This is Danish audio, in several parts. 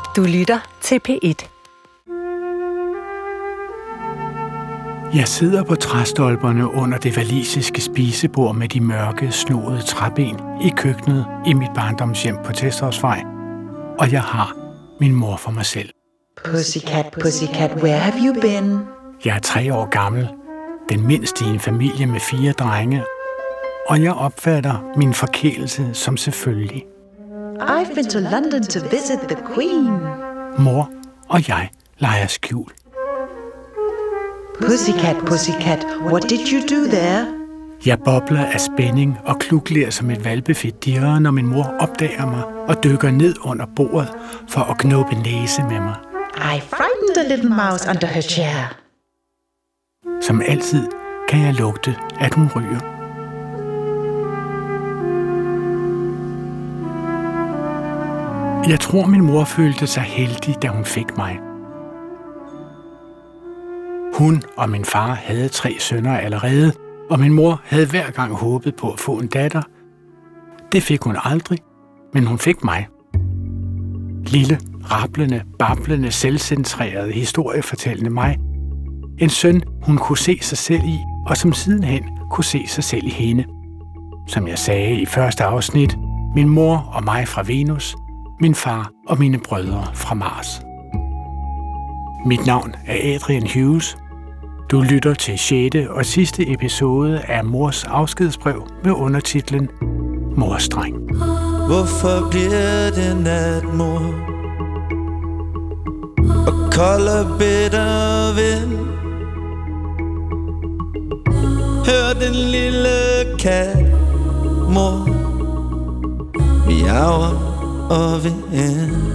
Du lytter til P1. Jeg sidder på træstolperne under det walisiske spisebord med de mørke, snoede træben i køkkenet i mit barndomshjem på Testrupsvej, og jeg har min mor for mig selv. Pussycat, pussycat, where have you been? Jeg er 3 år gammel, den mindste i en familie med 4 drenge, og jeg opfatter min forkælelse som selvfølgelig. I've been to London to visit the Queen. Mor og jeg leger skjul. Pussycat, pussycat, what did you do there? Jeg bobler af spænding og klukler som et hvalpefedt dirre, når min mor opdager mig og dykker ned under bordet for at knuppe næse med mig. I frightened a little mouse under her chair. Som altid kan jeg lugte, at hun ryger. Jeg tror, min mor følte sig heldig, da hun fik mig. Hun og min far havde 3 sønner allerede, og min mor havde hver gang håbet på at få en datter. Det fik hun aldrig, men hun fik mig. Lille, rablende, bablende, selvcentreret, historiefortællende mig. En søn, hun kunne se sig selv i, og som sidenhen kunne se sig selv i hende. Som jeg sagde i første afsnit, min mor og mig fra Venus, min far og mine brødre fra Mars. Mit navn er Adrian Hughes. Du lytter til 6. og sidste episode af Mors afskedsbrev med undertitlen Morstreng. Hvorfor bliver det nat, mor? Og kold og bitter vind. Hør den lille kat, mor, miaver og vind.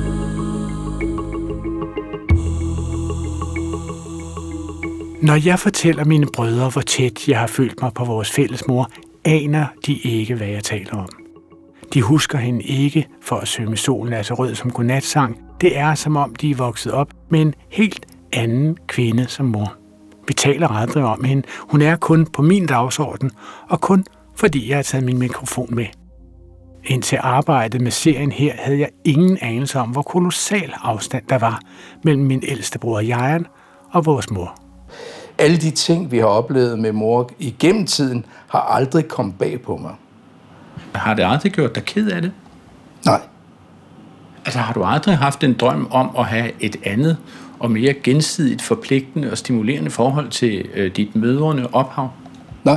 Når jeg fortæller mine brødre, hvor tæt jeg har følt mig på vores fælles mor, aner de ikke, hvad jeg taler om. De husker hende ikke for at synge Solen er så rød som godnatsang. Det er, som om de er vokset op med en helt anden kvinde som mor. Vi taler aldrig om hende. Hun er kun på min dagsorden, og kun fordi jeg har taget min mikrofon med. Indtil arbejdet med serien her, havde jeg ingen anelse om, hvor kolossal afstand der var mellem min ældste bror Jan og vores mor. Alle de ting, vi har oplevet med mor igennem tiden, har aldrig kommet bag på mig. Har det aldrig gjort dig ked af det? Nej. Altså har du aldrig haft en drøm om at have et andet og mere gensidigt forpligtende og stimulerende forhold til dit mødrende ophav? Nej.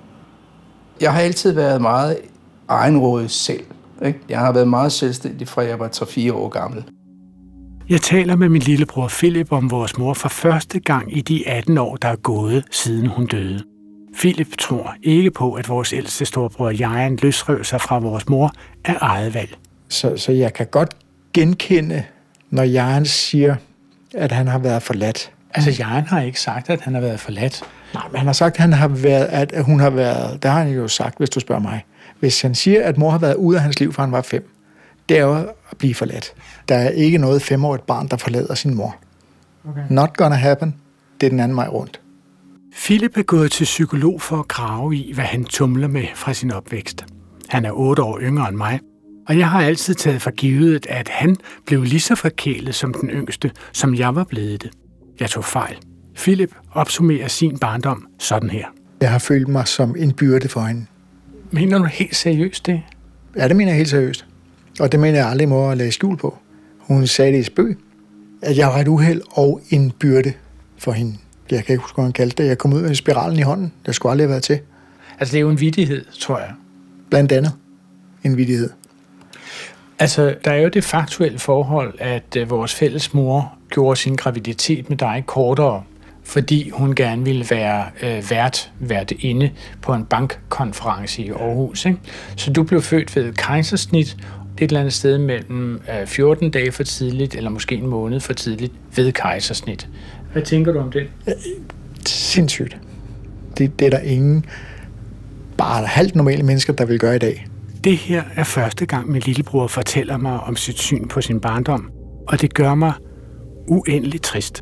Jeg har altid været meget egenrådig selv. Ikke? Jeg har været meget selvstændig, fra jeg var 3-4 år gammel. Jeg taler med min lillebror Philip om vores mor for første gang i de 18 år, der er gået, siden hun døde. Philip tror ikke på, at vores ældste storbror Jan løsrev sig fra vores mor af eget valg. Så jeg kan godt genkende, når Jan siger, at han har været forladt. Altså, Jan har ikke sagt, at han har været forladt. Nej, men han har sagt, at hun har været... Det har han jo sagt, hvis du spørger mig. Hvis han siger, at mor har været ude af hans liv, fra han var 5, det er jo at blive forladt. Der er ikke noget 5-årigt barn, der forlader sin mor. Okay. Not gonna happen. Det er den anden vej rundt. Philip er gået til psykolog for at grave i, hvad han tumler med fra sin opvækst. Han er 8 år yngre end mig, og jeg har altid taget for givet, at han blev lige så forkælet som den yngste, som jeg var blevet det. Jeg tog fejl. Philip opsummerer sin barndom sådan her. Jeg har følt mig som en byrde for hende. Mener du helt seriøst det? Ja, det mener jeg helt seriøst. Og det mener jeg aldrig må lade skjul på. Hun sagde det i spøg, at jeg var et uheld og en byrde for hende. Jeg kan ikke huske, hvad hun kaldte det. Jeg kom ud med spiralen i hånden. Det skulle aldrig have været til. Altså, det er jo en vittighed, tror jeg. Blandt andet en vittighed. Altså, der er jo det faktuelle forhold, at vores fælles mor gjorde sin graviditet med dig kortere, fordi hun gerne ville være værtinde på en bankkonference i Aarhus. Ikke? Så du blev født ved et kejsersnit, et eller andet sted mellem 14 dage for tidligt, eller måske en måned for tidligt, ved kejsersnit. Hvad tænker du om det? Sindssygt. Det er der ingen bare halvt normale mennesker, der vil gøre i dag. Det her er første gang, min lillebror fortæller mig om sit syn på sin barndom, og det gør mig uendeligt trist.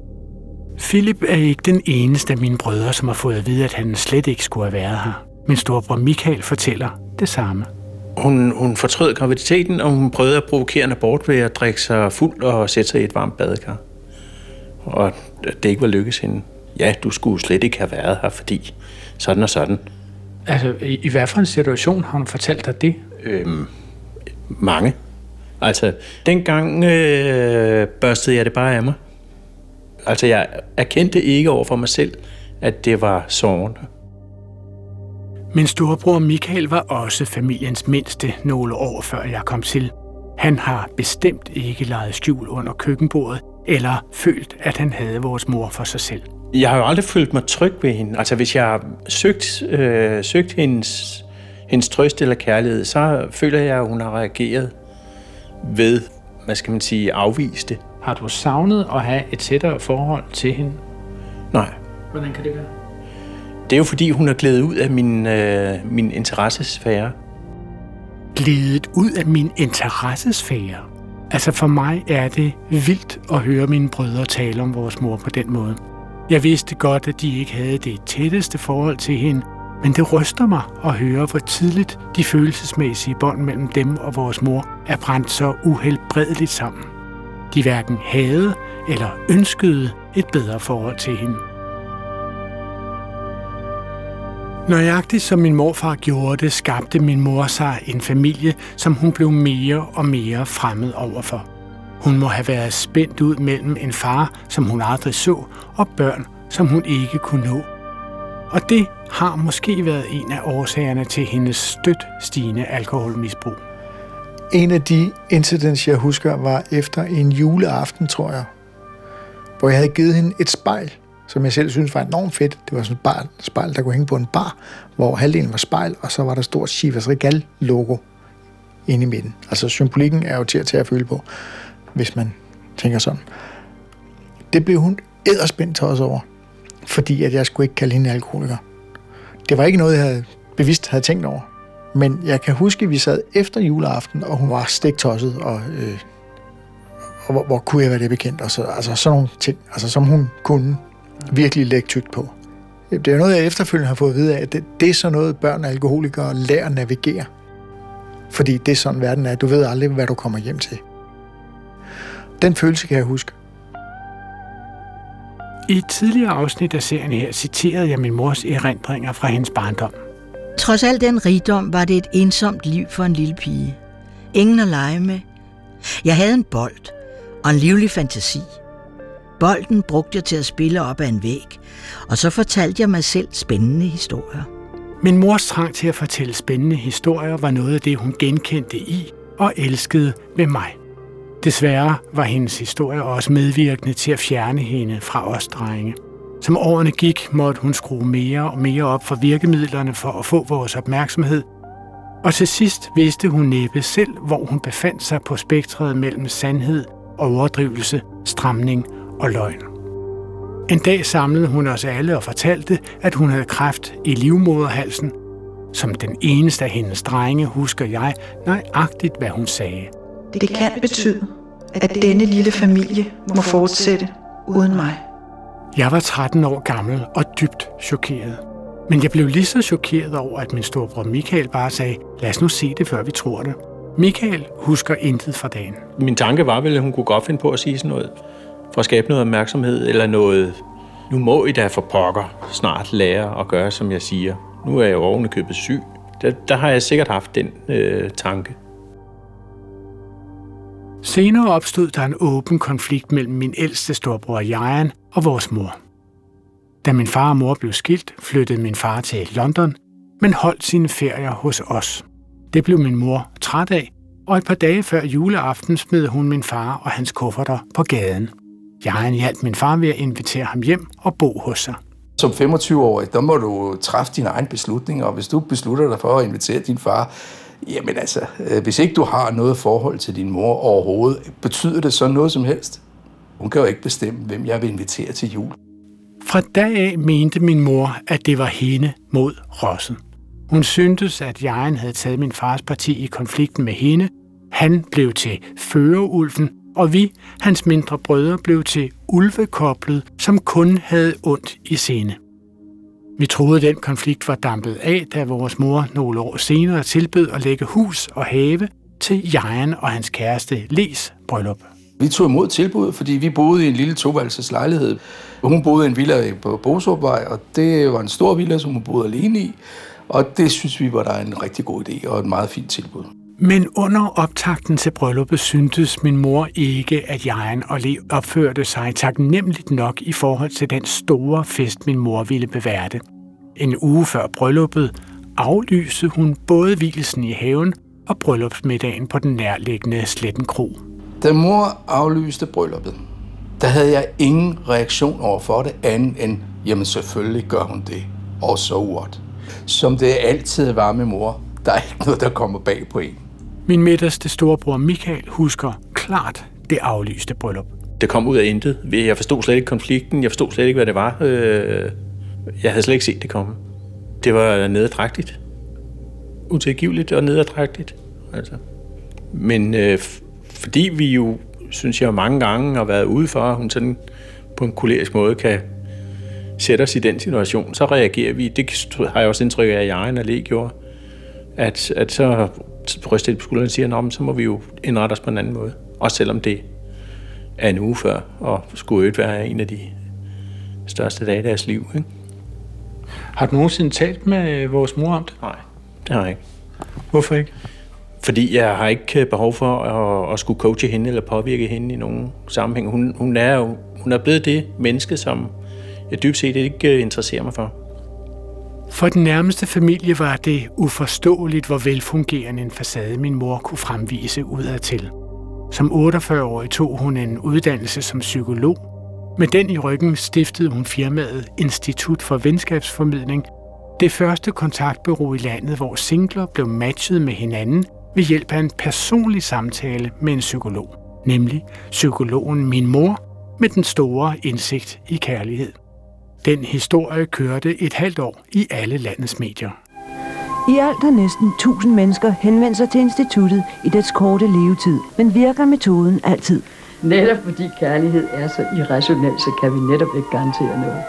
Philip er ikke den eneste af mine brødre, som har fået at vide, at han slet ikke skulle have været her. Min storebror Michael fortæller det samme. Hun fortrød graviditeten, og hun prøvede at provokere en abort ved at drikke sig fuld og sætte sig i et varmt badekar. Og det ikke var lykkes hende. Ja, du skulle slet ikke have været her, fordi sådan og sådan. Altså, i hvad for en situation har hun fortalt dig det? Mange. Altså, dengang børstede jeg det bare af mig. Altså, jeg erkendte ikke over for mig selv, at det var sårende. Min storebror Michael var også familiens mindste nogle år før jeg kom til. Han har bestemt ikke leget skjul under køkkenbordet, eller følt, at han havde vores mor for sig selv. Jeg har jo aldrig følt mig tryg ved hende. Altså, hvis jeg har søgt hendes trøst eller kærlighed, så føler jeg, at hun har reageret ved, hvad skal man sige, afviste. Har du savnet at have et tættere forhold til hende? Nej. Hvordan kan det være? Det er jo fordi, hun er glædet ud af min interessesfære. Glædet ud af min interessesfære? Altså for mig er det vildt at høre mine brødre tale om vores mor på den måde. Jeg vidste godt, at de ikke havde det tætteste forhold til hende, men det ryster mig at høre, hvor tidligt de følelsesmæssige bånd mellem dem og vores mor er brændt så uhelbredeligt sammen. De hverken havde eller ønskede et bedre forhold til hende. Nøjagtigt som min morfar gjorde det, skabte min mor sig en familie, som hun blev mere og mere fremmed overfor. Hun må have været spændt ud mellem en far, som hun aldrig så, og børn, som hun ikke kunne nå. Og det har måske været en af årsagerne til hendes støt stigende alkoholmisbrug. En af de incidents, jeg husker, var efter en juleaften, tror jeg, hvor jeg havde givet hende et spejl, som jeg selv synes var enormt fedt. Det var sådan et spejl, der kunne hænge på en bar, hvor halvdelen var spejl, og så var der stort Chivas Regal-logo inde i midten. Altså symbolikken er jo til at tage at føle på, hvis man tænker sådan. Det blev hun edderspændt til os over, fordi at jeg skulle ikke kalde hende alkoholiker. Det var ikke noget, jeg bevidst havde tænkt over. Men jeg kan huske, at vi sad efter juleaften, og hun var stiktosset, og hvor kunne jeg være det bekendt? Og så, altså sådan nogle ting, altså, som hun kunne virkelig lægge tykt på. Det er noget, jeg efterfølgende har fået at vide af, at det er sådan noget, børn og alkoholikere lærer at navigere. Fordi det er sådan, verden er. Du ved aldrig, hvad du kommer hjem til. Den følelse kan jeg huske. I et tidligere afsnit af serien her citerede jeg min mors erindringer fra hendes barndom. Trods al den rigdom var det et ensomt liv for en lille pige. Ingen at lege med. Jeg havde en bold og en livlig fantasi. Bolden brugte jeg til at spille op ad en væg, og så fortalte jeg mig selv spændende historier. Min mors trang til at fortælle spændende historier var noget af det, hun genkendte i og elskede ved mig. Desværre var hendes historie også medvirkende til at fjerne hende fra os drenge. Som årene gik, måtte hun skrue mere og mere op for virkemidlerne for at få vores opmærksomhed. Og til sidst vidste hun næppe selv, hvor hun befandt sig på spektret mellem sandhed, overdrivelse, stramning og løgn. En dag samlede hun os alle og fortalte, at hun havde kræft i livmoderhalsen. Som den eneste af hendes drenge husker jeg nøjagtigt, hvad hun sagde. Det kan betyde, at denne lille familie må fortsætte uden mig. Jeg var 13 år gammel og dybt chokeret. Men jeg blev lige så chokeret over, at min storebror Michael bare sagde, lad os nu se det, før vi tror det. Michael husker intet fra dagen. Min tanke var vel, at hun kunne godt finde på at sige sådan noget, for at skabe noget opmærksomhed, eller noget, nu må I da for pokker snart lære at gøre, som jeg siger. Nu er jeg jo ovenikøbet syg. Der har jeg sikkert haft den tanke. Senere opstod der en åben konflikt mellem min ældste storebror Jan og vores mor. Da min far og mor blev skilt, flyttede min far til London, men holdt sine ferier hos os. Det blev min mor træt af, og et par dage før juleaften smed hun min far og hans kufferter på gaden. Jan hjalp min far ved at invitere ham hjem og bo hos sig. Som 25-årig, der må du træffe dine egne beslutninger, og hvis du beslutter dig for at invitere din far, jamen altså, hvis ikke du har noget forhold til din mor overhovedet, betyder det så noget som helst? Hun kan jo ikke bestemme, hvem jeg vil invitere til jul. Fra dag af mente min mor, at det var hende mod Rossen. Hun syntes, at Jan havde taget min fars parti i konflikten med hende. Han blev til førerulven, og vi, hans mindre brødre, blev til ulvekoblet, som kun havde ondt i sinde. Vi troede, den konflikt var dampet af, da vores mor nogle år senere tilbød at lægge hus og have til Jan og hans kæreste Les bryllup. Vi tog imod tilbuddet, fordi vi boede i en lille toværelses lejlighed. Hun boede i en villa på Bosåbvej, og det var en stor villa, som hun boede alene i. Og det synes vi var der en rigtig god idé og et meget fint tilbud. Men under optakten til brylluppet syntes min mor ikke, at Jan og Le opførte sig taknemmeligt nok i forhold til den store fest, min mor ville beværte. En uge før brylluppet aflyste hun både vielsen i haven og bryllupsmiddagen på den nærliggende Slettenkro. Da mor aflyste brylluppet, der havde jeg ingen reaktion over for det, andet end, jamen selvfølgelig gør hun det, og so what. Som det altid var med mor, der er ikke noget, der kommer bag på en. Min midterste storebror Michael husker klart det aflyste bryllup. Det kom ud af intet. Jeg forstod slet ikke konflikten. Jeg forstod slet ikke, hvad det var. Jeg havde slet ikke set det komme. Det var nederdrægtigt. Utilgiveligt og nederdrægtigt. Altså. Men fordi vi jo, synes jeg, mange gange har været ude for, at hun sådan på en kolerisk måde kan sætte os i den situation, så reagerer vi. Det har jeg også indtryk af, at Jan og Le gjorde. At så ryster det på skulderen og siger, så må vi jo indrette os på en anden måde. Også selvom det er en uge før, og skulle jo være en af de største dage i deres liv. Ikke? Har du nogensinde talt med vores mor om det? Nej, det har jeg ikke. Hvorfor ikke? Fordi jeg har ikke behov for at skulle coache hende eller påvirke hende i nogen sammenhæng. Hun er blevet det menneske, som jeg dybt set ikke interesserer mig for. For den nærmeste familie var det uforståeligt, hvor velfungerende en facade min mor kunne fremvise udadtil. Som 48-årig tog hun en uddannelse som psykolog. Med den i ryggen stiftede hun firmaet Institut for Venskabsformidling, det første kontaktbureau i landet, hvor singler blev matchet med hinanden ved hjælp af en personlig samtale med en psykolog, nemlig psykologen min mor med den store indsigt i kærlighed. Den historie kørte et halvt år i alle landets medier. I alt har næsten 1000 mennesker henvendt sig til instituttet i dets korte levetid, men virker metoden altid. Netop fordi kærlighed er så irrationel, så kan vi netop ikke garantere noget.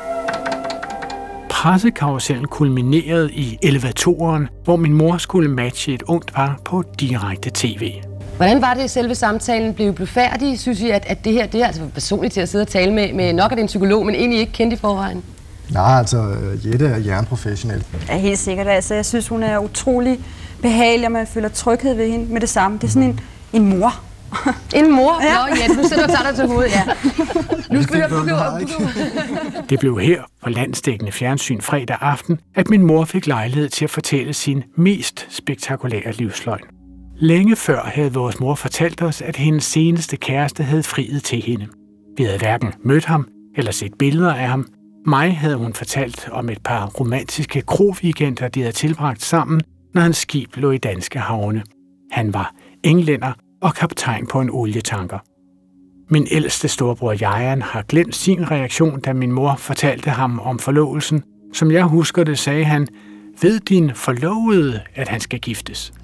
Pressekarusellen kulminerede i elevatoren, hvor min mor skulle matche et ungt par på direkte tv. Hvordan var det, selve samtalen blev færdig? Synes I, at det her det er altså personligt til at sidde og tale med nok af den psykolog, men egentlig ikke kendt i forvejen? Nej, altså Jette er jernprofessionel. Ja, helt sikkert. Altså, jeg synes, hun er utrolig behagelig, og man føler tryghed ved hende med det samme. Det er sådan en mor. En mor? Ja. Nå, Jette, nu sætter du dig til hovedet, ja. Nu skal vi høre Det blev her på landsdækkende fjernsyn fredag aften, at min mor fik lejlighed til at fortælle sin mest spektakulære livsløgn. Længe før havde vores mor fortalt os, at hendes seneste kæreste havde friet til hende. Vi havde hverken mødt ham eller set billeder af ham. Mig havde hun fortalt om et par romantiske kroweekender, de havde tilbragt sammen, når hans skib lå i danske havne. Han var englænder og kaptajn på en olietanker. Min ældste storebror Jan har glemt sin reaktion, da min mor fortalte ham om forlovelsen. Som jeg husker det, sagde han, ved din forlovede, at han skal giftes.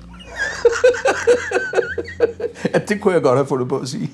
Ja, det kunne jeg godt have fundet på at sige.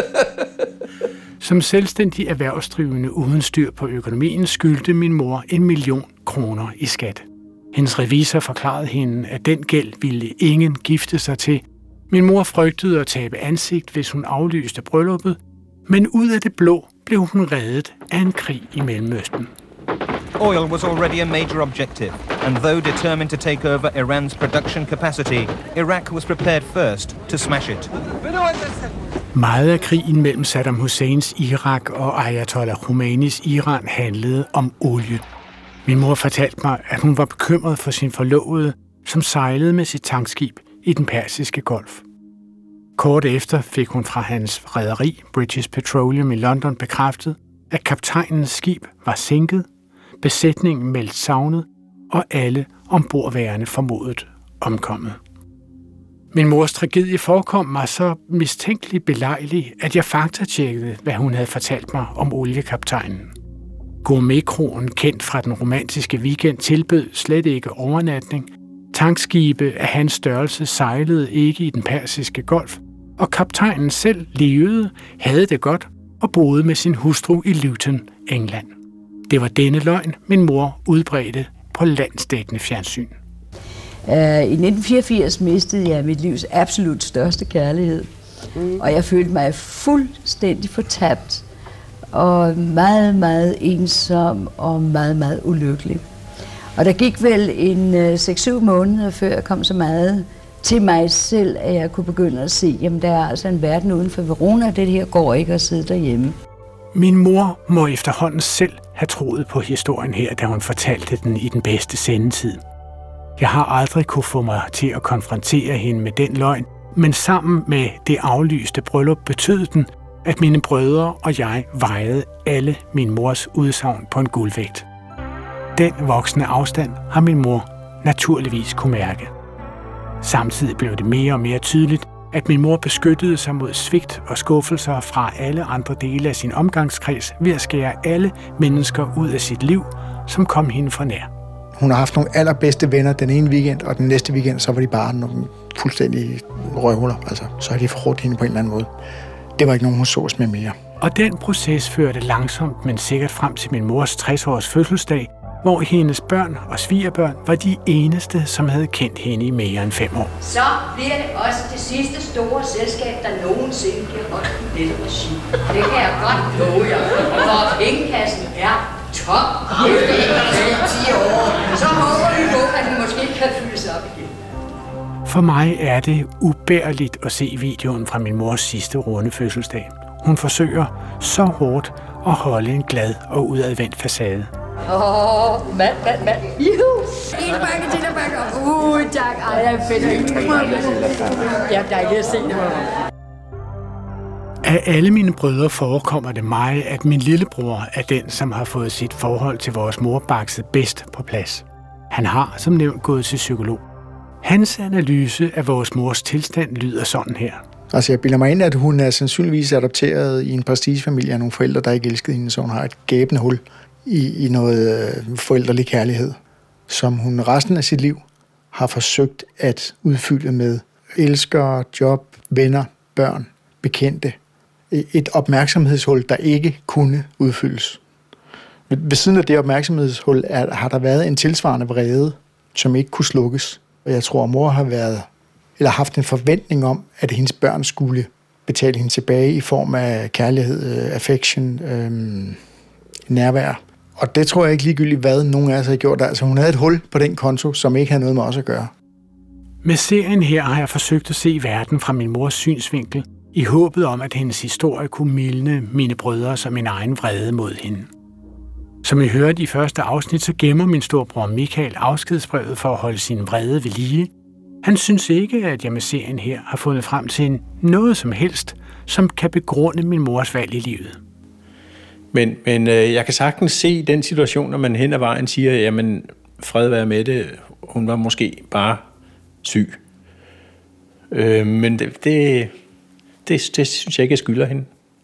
Som selvstændig erhvervsdrivende uden styr på økonomien skyldte min mor 1 million kroner i skat. Hendes revisor forklarede hende, at den gæld ville ingen gifte sig til. Min mor frygtede at tabe ansigt, hvis hun aflyste brylluppet, men ud af det blå blev hun reddet af en krig i Mellemøsten. Oil was already a major objective, and though determined to take over Iran's production capacity, Iraq was prepared first to smash it. Meget af krigen mellem Saddam Husseins Irak og Ayatollah Khomeinis Iran handlede om olie. Min mor fortalte mig, at hun var bekymret for sin forlovede, som sejlede med sit tankskib i den Persiske Golf. Kort efter fik hun fra hans rederi, British Petroleum i London, bekræftet, at kaptajnens skib var sænket, besætningen meldt savnet, og alle ombordværende formodet omkommet. Min mors tragedie forekom mig så mistænkeligt belejlig, at jeg faktatjekkede, hvad hun havde fortalt mig om oliekaptajnen. Gourmetkroen, kendt fra den romantiske weekend, tilbød slet ikke overnatning. Tankskibe af hans størrelse sejlede ikke i den Persiske Golf, og kaptajnen selv levede, havde det godt og boede med sin hustru i Luton, England. Det var denne løgn, min mor udbredte på landsdækkende fjernsyn. I 1984 mistede jeg mit livs absolut største kærlighed, og jeg følte mig fuldstændig fortabt og meget, meget ensom og meget, meget ulykkelig. Og der gik vel en 6-7 måneder, før jeg kom så meget til mig selv, at jeg kunne begynde at se, jamen der er altså en verden uden for Verona, det her går ikke at sidde derhjemme. Min mor må efterhånden selv have troet på historien her, da hun fortalte den i den bedste sendetid. Jeg har aldrig kunne få mig til at konfrontere hende med den løgn, men sammen med det aflyste bryllup betød den, at mine brødre og jeg vejede alle min mors udsagn på en guldvægt. Den voksne afstand har min mor naturligvis kunne mærke. Samtidig blev det mere og mere tydeligt, at min mor beskyttede sig mod svigt og skuffelser fra alle andre dele af sin omgangskreds ved at skære alle mennesker ud af sit liv, som kom hende for nær. Hun har haft nogle allerbedste venner den ene weekend, og den næste weekend, så var de bare nogle fuldstændig røvhuller. Altså, så har de forrådt hende på en eller anden måde. Det var ikke nogen, hun sås med mere. Og den proces førte langsomt, men sikkert frem til min mors 60-års fødselsdag, hvor hendes børn og svigerbørn var de eneste, som havde kendt hende i mere end 5 år. Så bliver det også det sidste store selskab, der nogensinde bliver holdt i dette regi. Det kan jeg godt love jer, for pengekassen er tom. Efter 10 år, så håber vi på, at den måske kan fyldes op igen. For mig er det ubærligt at se videoen fra min mors sidste runde fødselsdag. Hun forsøger så hårdt at holde en glad og udadvendt facade. Mand. Juhu! En bakke til, der bakker op. Tak. Ej, jeg er fedt. Jeg er dejlig at se det. Af alle mine brødre forekommer det mig, at min lillebror er den, som har fået sit forhold til vores mor bakset bedst på plads. Han har, som nævnt, gået til psykolog. Hans analyse af vores mors tilstand lyder sådan her. Altså, jeg bilder mig ind, at hun er sandsynligvis adopteret i en prestigefamilie af nogle forældre, der ikke elskede hende, så hun har et gabende hul i noget forældrelig kærlighed, som hun resten af sit liv har forsøgt at udfylde med elskere, job, venner, børn, bekendte. Et opmærksomhedshul, der ikke kunne udfyldes. Ved siden af det opmærksomhedshul har der været en tilsvarende vrede, som ikke kunne slukkes. Og jeg tror, at mor har haft en forventning om, at hendes børn skulle betale hende tilbage i form af kærlighed, affection, nærvær. Og det tror jeg ikke ligegyldigt, hvad nogen af os har gjort. Altså, hun havde et hul på den konto, som ikke havde noget med os at gøre. Med serien her har jeg forsøgt at se verden fra min mors synsvinkel, i håbet om, at hendes historie kunne mildne mine brødre som min egen vrede mod hende. Som I hørte i første afsnit, så gemmer min storbror Michael afskedsbrevet for at holde sin vrede ved lige. Han synes ikke, at jeg med serien her har fundet frem til noget som helst, som kan begrunde min mors valg i livet. Men jeg kan sagtens se den situation, når man hen ad vejen siger, jamen fred være med det, hun var måske bare syg. Men det synes jeg ikke, jeg skylder hende.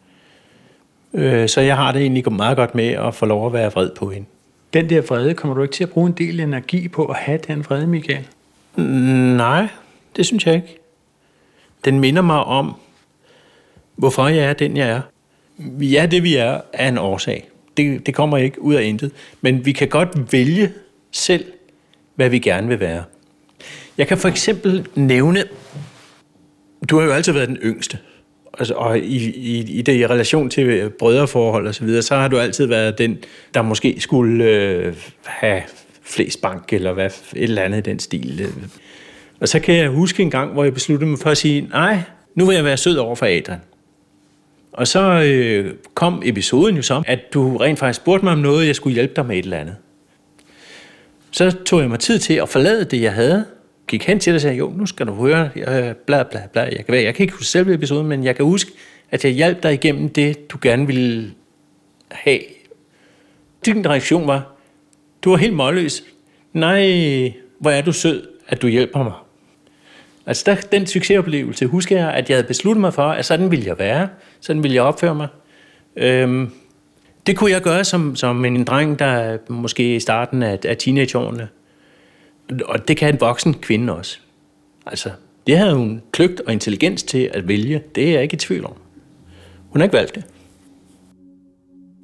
Så jeg har det egentlig meget godt med at få lov at være vred på hende. Den der vrede, kommer du ikke til at bruge en del energi på at have den vrede, Michael? Nej, det synes jeg ikke. Den minder mig om, hvorfor jeg er den, jeg er. Vi er det, vi er, af en årsag. Det kommer ikke ud af intet. Men vi kan godt vælge selv, hvad vi gerne vil være. Jeg kan for eksempel nævne, du har jo altid været den yngste. Altså, og i det i relation til brødreforhold og så videre, så har du altid været den, der måske skulle have flest bank, eller hvad, et eller andet i den stil. Og så kan jeg huske en gang, hvor jeg besluttede mig for at sige, nej, nu vil jeg være sød over for Adrian. Og så kom episoden jo så, at du rent faktisk spurgte mig om noget, jeg skulle hjælpe dig med et eller andet. Så tog jeg mig tid til at forlade det, jeg havde, gik hen til dig og sagde, jo, nu skal du høre, bla bla bla. Jeg kan ikke huske selve episoden, men jeg kan huske, at jeg hjalp dig igennem det, du gerne ville have. Din reaktion var, du var helt målløs. Nej, hvor er du sød, at du hjælper mig. Altså den succesoplevelse, husker jeg, at jeg havde besluttet mig for, at sådan ville jeg være, sådan ville jeg opføre mig. Det kunne jeg gøre som en dreng, der måske i starten af teenageårene. Og det kan en voksen kvinde også. Altså, det havde hun kløgt og intelligens til at vælge. Det er jeg ikke i tvivl om. Hun har ikke valgt det.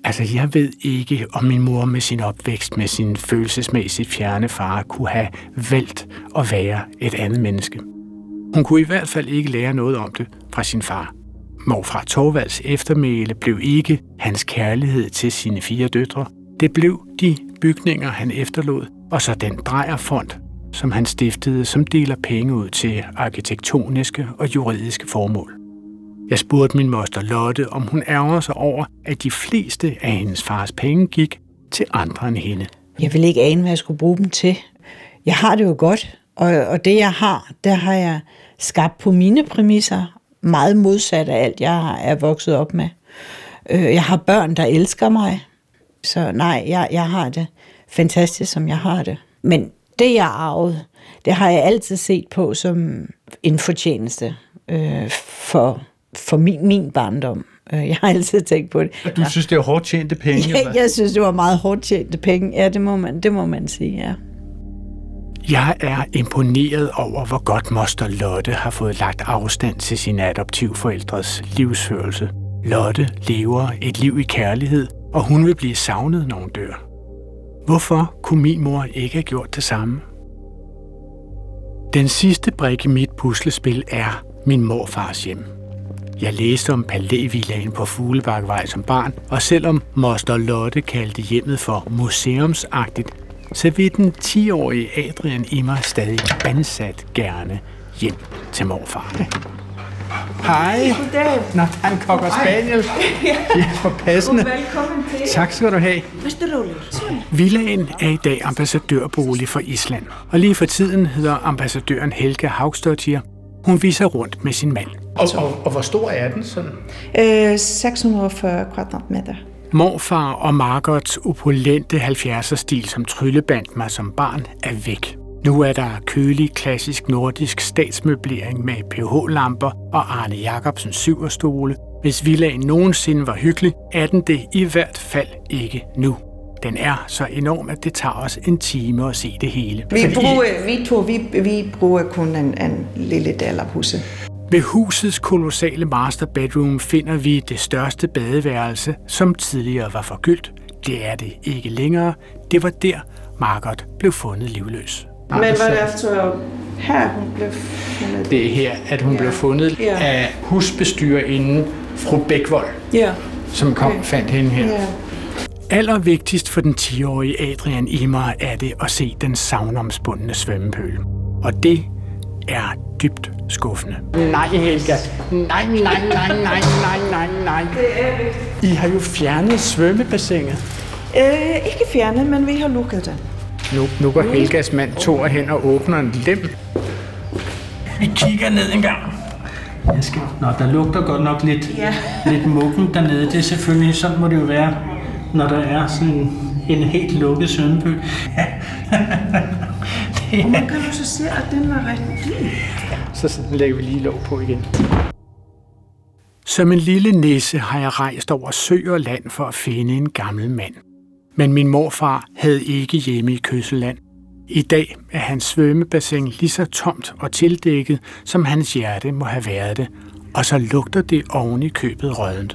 Altså, jeg ved ikke, om min mor med sin opvækst, med sin følelsesmæssigt fjerne far, kunne have valgt at være et andet menneske. Hun kunne i hvert fald ikke lære noget om det fra sin far. Morfar Thorvalds eftermæle blev ikke hans kærlighed til sine 4 døtre. Det blev de bygninger, han efterlod, og så den drejerfond, som han stiftede, som deler penge ud til arkitektoniske og juridiske formål. Jeg spurgte min moster Lotte, om hun ærger sig over, at de fleste af hendes fars penge gik til andre end hende. Jeg vil ikke ane, hvad jeg skulle bruge dem til. Jeg har det jo godt, og det jeg har, der har jeg skabt på mine præmisser, meget modsat af alt, jeg er vokset op med. Jeg har børn, der elsker mig, så nej, jeg har det fantastisk, som jeg har det. Men det, jeg arvede, det har jeg altid set på som en fortjeneste for min barndom. Jeg har altid tænkt på det. Du synes, det er hårdt tjente penge? Ja, jeg synes, det var meget hårdt tjente penge. Ja, det må man sige, ja. Jeg er imponeret over, hvor godt moster Lotte har fået lagt afstand til sine adoptivforældres livsførelse. Lotte lever et liv i kærlighed, og hun vil blive savnet, når hun dør. Hvorfor kunne min mor ikke have gjort det samme? Den sidste brik i mit puslespil er min morfars hjem. Jeg læste om palævillaen på Fuglebakkevej som barn, og selvom moster Lotte kaldte hjemmet for museumsagtigt, så vil den 10-årige Adrian i mig stadig ansat gerne hjem til morfar. Hej. Goddag. Nå, han kokker spaniel. Ja, for passende. Velkommen til. Tak skal du have. Villaen er i dag ambassadørbolig for Island, og lige for tiden hedder ambassadøren Helga Haugsdottir. Hun viser rundt med sin mand. Og hvor stor er den sådan? 640 kvadratmeter. Morfar og Margots opulente 70'er-stil, som tryllebandt mig som barn, er væk. Nu er der kølig, klassisk nordisk statsmøblering med pH-lamper og Arne Jacobsens syverstole. Hvis villaen nogensinde var hyggelig, er den det i hvert fald ikke nu. Den er så enorm, at det tager os en time at se det hele. Vi bruger kun en lille del af huset. Ved husets kolossale master bedroom finder vi det største badeværelse, som tidligere var forgyldt. Det er det ikke længere. Det var der, Margot blev fundet livløs. Men var det altså her, hun blev fundet? Det er her, at hun blev fundet af husbestyrerinden fru Bækvold, som fandt hende her. Ja. Allervigtigst for den 10-årige Adrian i mig er det at se den savnomsbundne svømmepøl. Og det er dybt skuffende. Nej, Helga. Nej. Det er vigtigt. I har jo fjernet svømmebassinet. Ikke fjernet, men vi har lukket det. Nu går Helgas mand Thor hen og åbner en lem. Vi kigger ned en gang. Der lugter godt nok lidt muggen dernede. Det er selvfølgelig, sådan må det jo være, når der er sådan en helt lukket svømmepøl. Man kan jo så se, at den var rigtig dyb. Så lægger vi lige låg på igen. Som en lille nisse har jeg rejst over sø og land for at finde en gammel mand. Men min morfar havde ikke hjemme i Køsseland. I dag er hans svømmebassin lige så tomt og tildækket, som hans hjerte må have været det. Og så lugter det oven i købet råddent.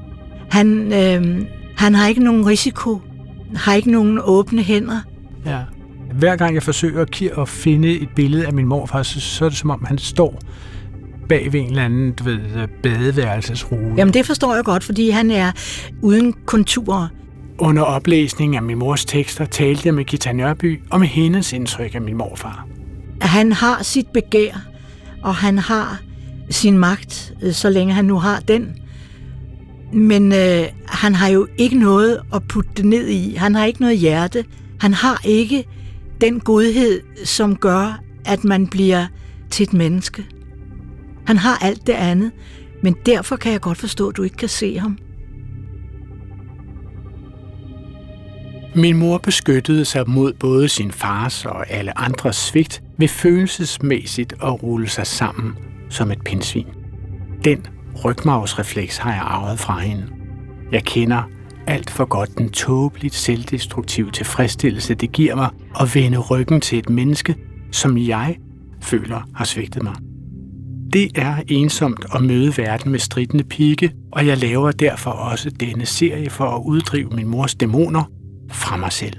Han har ikke nogen risiko. Har ikke nogen åbne hænder. Ja. Hver gang jeg forsøger at finde et billede af min morfar, så er det som om, han står bag ved en eller anden badeværelsesrude. Jamen det forstår jeg godt, fordi han er uden konturer. Under oplæsningen af min mors tekster talte jeg med Gita Nørby og med hendes indtryk af min morfar. Han har sit begær, og han har sin magt, så længe han nu har den. Men han har jo ikke noget at putte det ned i. Han har ikke noget hjerte. Han har ikke den godhed, som gør, at man bliver til et menneske. Han har alt det andet, men derfor kan jeg godt forstå, at du ikke kan se ham. Min mor beskyttede sig mod både sin fars og alle andres svigt ved følelsesmæssigt at rulle sig sammen som et pindsvin. Den rygmarvsrefleks har jeg arvet fra hende. Jeg kender alt for godt den tåbeligt selvdestruktive tilfredsstillelse, det giver mig at vende ryggen til et menneske, som jeg føler har svigtet mig. Det er ensomt at møde verden med stridende pigge, og jeg laver derfor også denne serie for at uddrive min mors dæmoner fra mig selv.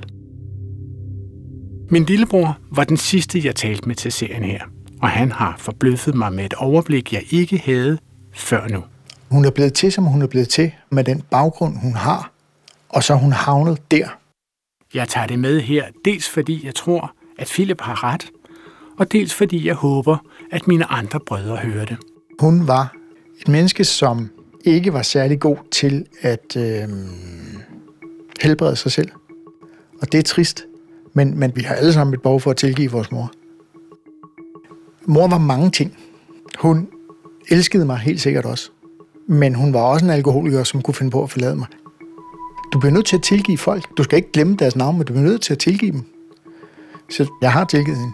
Min lillebror var den sidste, jeg talte med til serien her, og han har forbløffet mig med et overblik, jeg ikke havde før nu. Hun er blevet til, som hun er blevet til, med den baggrund, hun har, og så er hun havnet der. Jeg tager det med her, dels fordi jeg tror, at Philip har ret, og dels fordi jeg håber, at mine andre brødre hører det. Hun var et menneske, som ikke var særlig god til at helbrede sig selv. Og det er trist, men vi har alle sammen et behov for at tilgive vores mor. Mor var mange ting. Hun elskede mig helt sikkert også. Men hun var også en alkoholiker, som kunne finde på at forlade mig. Du bliver nødt til at tilgive folk. Du skal ikke glemme deres navn, men du bliver nødt til at tilgive dem. Så jeg har tilgivet hende.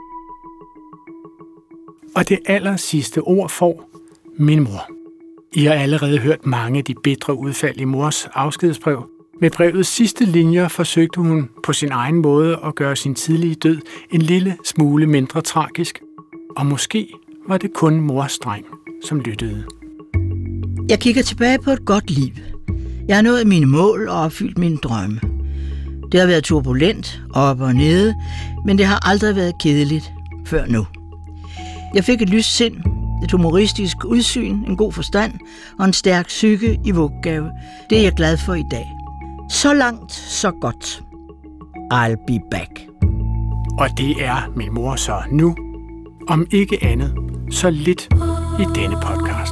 Og det aller sidste ord får min mor. I har allerede hørt mange af de bitre udfald i mors afskedsbrev. Med brevets sidste linjer forsøgte hun på sin egen måde at gøre sin tidlige død en lille smule mindre tragisk. Og måske var det kun mors dreng, som lyttede. Jeg kigger tilbage på et godt liv. Jeg har nået mine mål og opfyldt mine drømme. Det har været turbulent, op og nede, men det har aldrig været kedeligt før nu. Jeg fik et lyst sind, et humoristisk udsyn, en god forstand og en stærk psyke i vuggegave. Det er jeg glad for i dag. Så langt, så godt. I'll be back. Og det er min mor så nu. Om ikke andet, så lidt i denne podcast.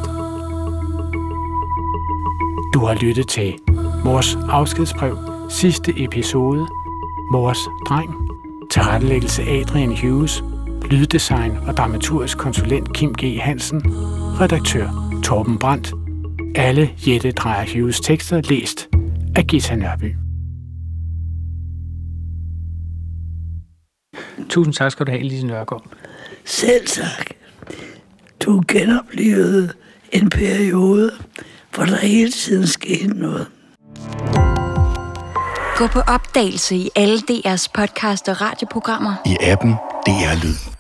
Du har lyttet til Mors afskedsbrev, sidste episode, Mors dreng, tilrettelæggelse Adrian Hughes, lyddesign og dramaturgisk konsulent Kim G. Hansen, redaktør Torben Brandt. Alle Jette Dreyer Hughes tekster læst af Gita Nørby. Tusind tak skal du have, Lise Nørgaard. Selv tak. Du genoplevede en periode, hvor der hele tiden skete noget. Gå på opdagelse i alle DR's podcast og radioprogrammer. I appen DR Lyd.